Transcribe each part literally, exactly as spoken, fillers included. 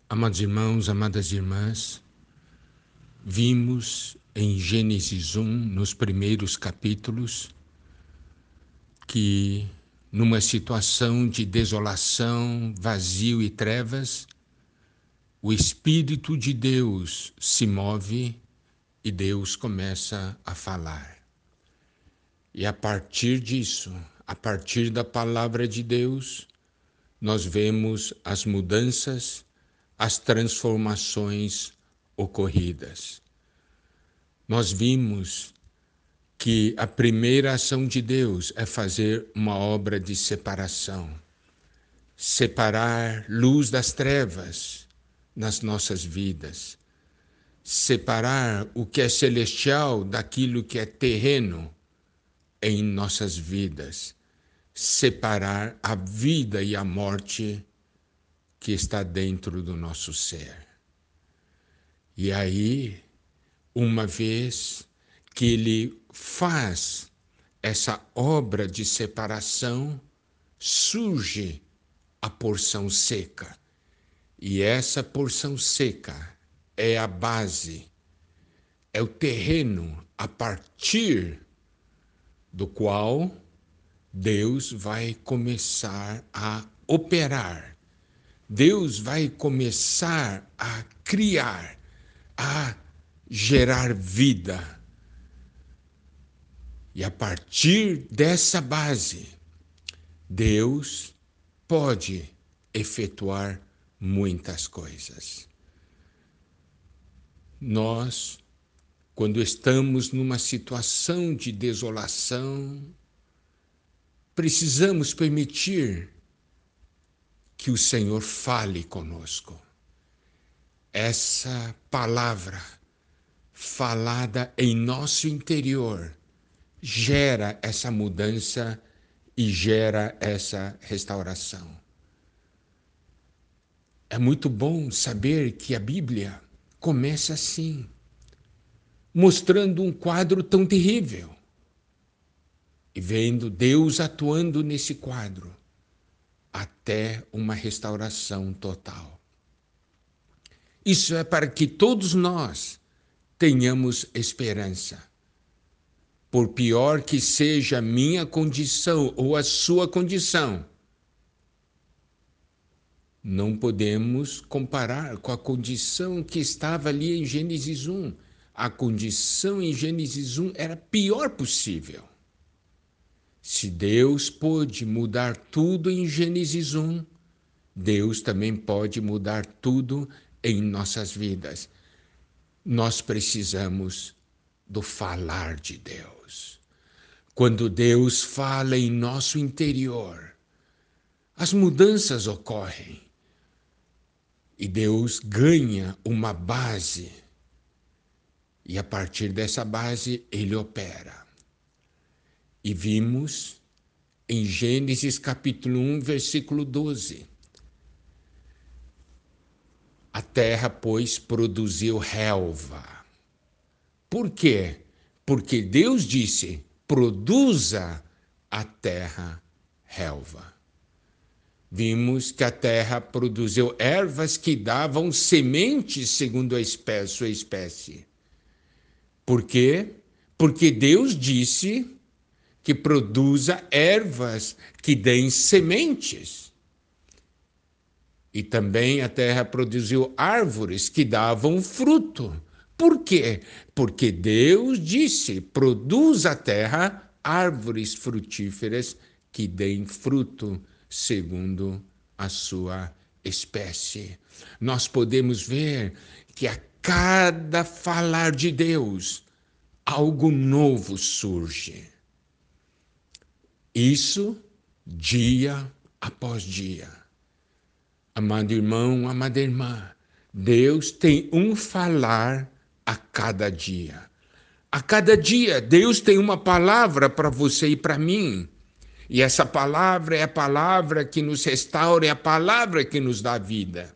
Amados irmãos, amadas irmãs, vimos em Gênesis um, nos primeiros capítulos, que numa situação de desolação, vazio e trevas, o Espírito de Deus se move e Deus começa a falar. E a partir disso, a partir da palavra de Deus, nós vemos as mudanças, as transformações ocorridas. Nós vimos que a primeira ação de Deus é fazer uma obra de separação, separar luz das trevas nas nossas vidas, separar o que é celestial daquilo que é terreno em nossas vidas, separar a vida e a morte que está dentro do nosso ser. E aí, uma vez que ele faz essa obra de separação, surge a porção seca. E essa porção seca é a base, é o terreno a partir do qual Deus vai começar a operar. Deus vai começar a criar, a gerar vida. E a partir dessa base, Deus pode efetuar muitas coisas. Nós, quando estamos numa situação de desolação, precisamos permitir que o Senhor fale conosco. Essa palavra falada em nosso interior gera essa mudança e gera essa restauração. É muito bom saber que a Bíblia começa assim, mostrando um quadro tão terrível e vendo Deus atuando nesse quadro até uma restauração total. Isso é para que todos nós tenhamos esperança. Por pior que seja a minha condição ou a sua condição, não podemos comparar com a condição que estava ali em Gênesis um. A condição em Gênesis um era a pior possível. Se Deus pôde mudar tudo em Gênesis um, Deus também pode mudar tudo em nossas vidas. Nós precisamos do falar de Deus. Quando Deus fala em nosso interior, as mudanças ocorrem e Deus ganha uma base e a partir dessa base ele opera. E vimos em Gênesis capítulo um, versículo doze. A terra, pois, produziu relva. Por quê? Porque Deus disse, produza a terra relva. Vimos que a terra produziu ervas que davam sementes segundo a espécie, sua espécie. Por quê? Porque Deus disse que produza ervas que deem sementes. E também a terra produziu árvores que davam fruto. Por quê? Porque Deus disse, produz a terra árvores frutíferas que deem fruto segundo a sua espécie. Nós podemos ver que a cada falar de Deus, algo novo surge. Isso dia após dia. Amado irmão, amada irmã, Deus tem um falar a cada dia. A cada dia, Deus tem uma palavra para você e para mim. E essa palavra é a palavra que nos restaura, é a palavra que nos dá vida.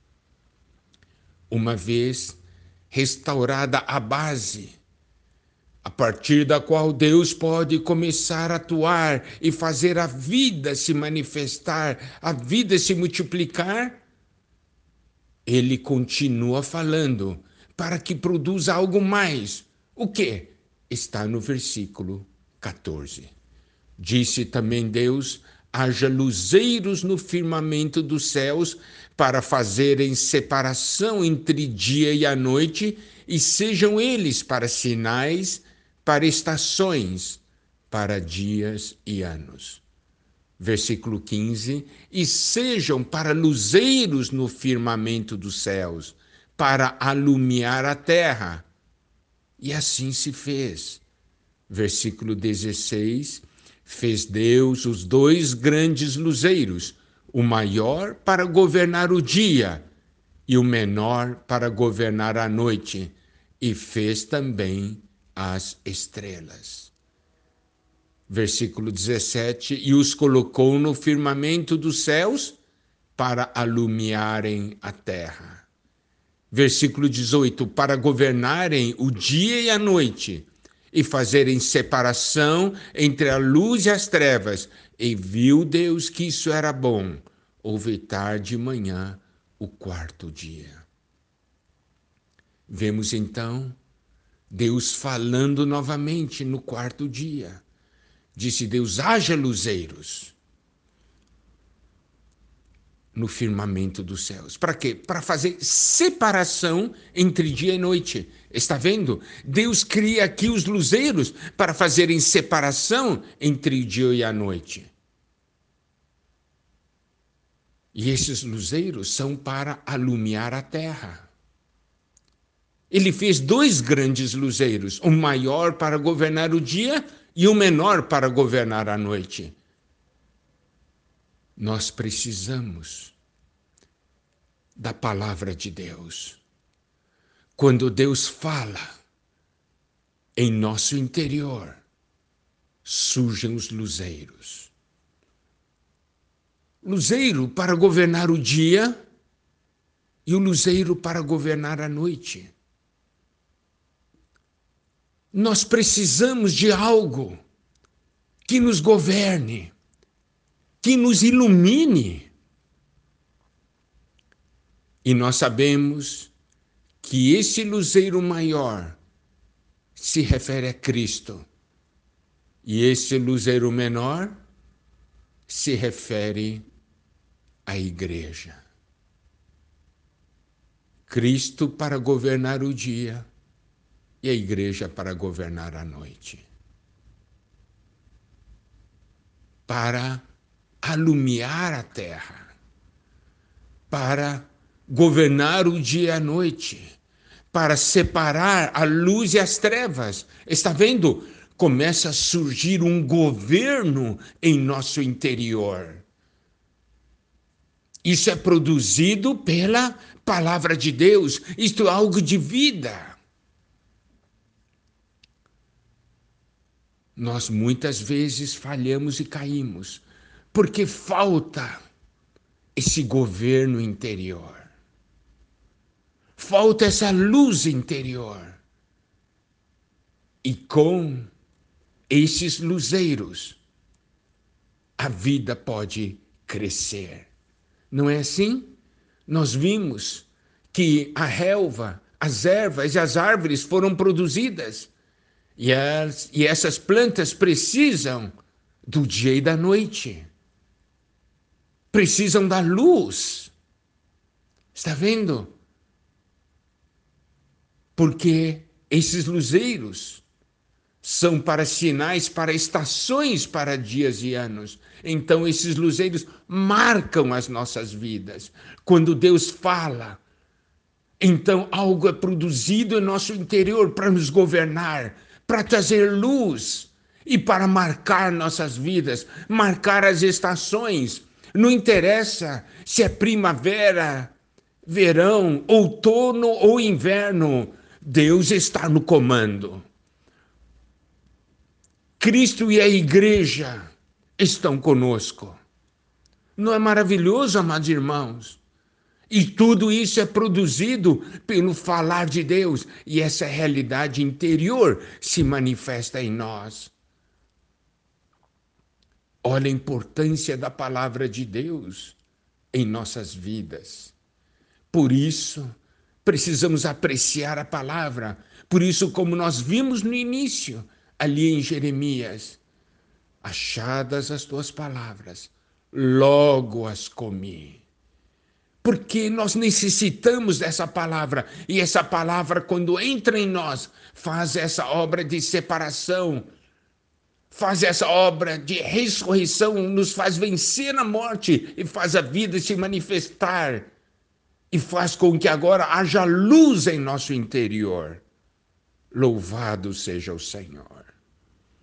Uma vez restaurada a base, a partir da qual Deus pode começar a atuar e fazer a vida se manifestar, a vida se multiplicar, ele continua falando para que produza algo mais. O quê? Está no versículo quatorze. Disse também Deus: haja luzeiros no firmamento dos céus para fazerem separação entre dia e a noite, e sejam eles para sinais, para estações, para dias e anos. Versículo quinze, e sejam para luzeiros no firmamento dos céus, para alumiar a terra. E assim se fez. Versículo dezesseis, fez Deus os dois grandes luzeiros, o maior para governar o dia e o menor para governar a noite, e fez também as estrelas. Versículo dezessete, e os colocou no firmamento dos céus para alumiarem a terra. Versículo dezoito, para governarem o dia e a noite, e fazerem separação entre a luz e as trevas. E viu Deus que isso era bom. Houve tarde e manhã o quarto dia. Vemos então Deus falando novamente no quarto dia. Disse Deus: haja luzeiros no firmamento dos céus. Para quê? Para fazer separação entre dia e noite. Está vendo? Deus cria aqui os luzeiros para fazerem separação entre o dia e a noite. E esses luzeiros são para alumiar a terra. Ele fez dois grandes luzeiros, o maior para governar o dia e o menor para governar a noite. Nós precisamos da palavra de Deus. Quando Deus fala, em nosso interior surgem os luzeiros. Luzeiro para governar o dia e o luzeiro para governar a noite. Nós precisamos de algo que nos governe, que nos ilumine. E nós sabemos que esse luzeiro maior se refere a Cristo. E esse luzeiro menor se refere à igreja. Cristo para governar o dia e a igreja para governar a noite. Para alumiar a terra, para governar o dia e a noite, para separar a luz e as trevas. Está vendo? Começa a surgir um governo em nosso interior. Isso é produzido pela palavra de Deus. Isto é algo de vida. Nós muitas vezes falhamos e caímos, porque falta esse governo interior. Falta essa luz interior. E com esses luzeiros, a vida pode crescer. Não é assim? Nós vimos que a relva, as ervas e as árvores foram produzidas. E, as, e essas plantas precisam do dia e da noite. Precisam da luz. Está vendo? Porque esses luzeiros são para sinais, para estações, para dias e anos. Então esses luzeiros marcam as nossas vidas. Quando Deus fala, então algo é produzido em nosso interior para nos governar, para trazer luz e para marcar nossas vidas, marcar as estações. Não interessa se é primavera, verão, outono ou inverno, Deus está no comando. Cristo e a igreja estão conosco. Não é maravilhoso, amados irmãos? E tudo isso é produzido pelo falar de Deus. E essa realidade interior se manifesta em nós. Olha a importância da palavra de Deus em nossas vidas. Por isso, precisamos apreciar a palavra. Por isso, como nós vimos no início, ali em Jeremias, achadas as tuas palavras, logo as comi. Porque nós necessitamos dessa palavra, e essa palavra, quando entra em nós, faz essa obra de separação, faz essa obra de ressurreição, nos faz vencer a morte e faz a vida se manifestar, e faz com que agora haja luz em nosso interior. Louvado seja o Senhor.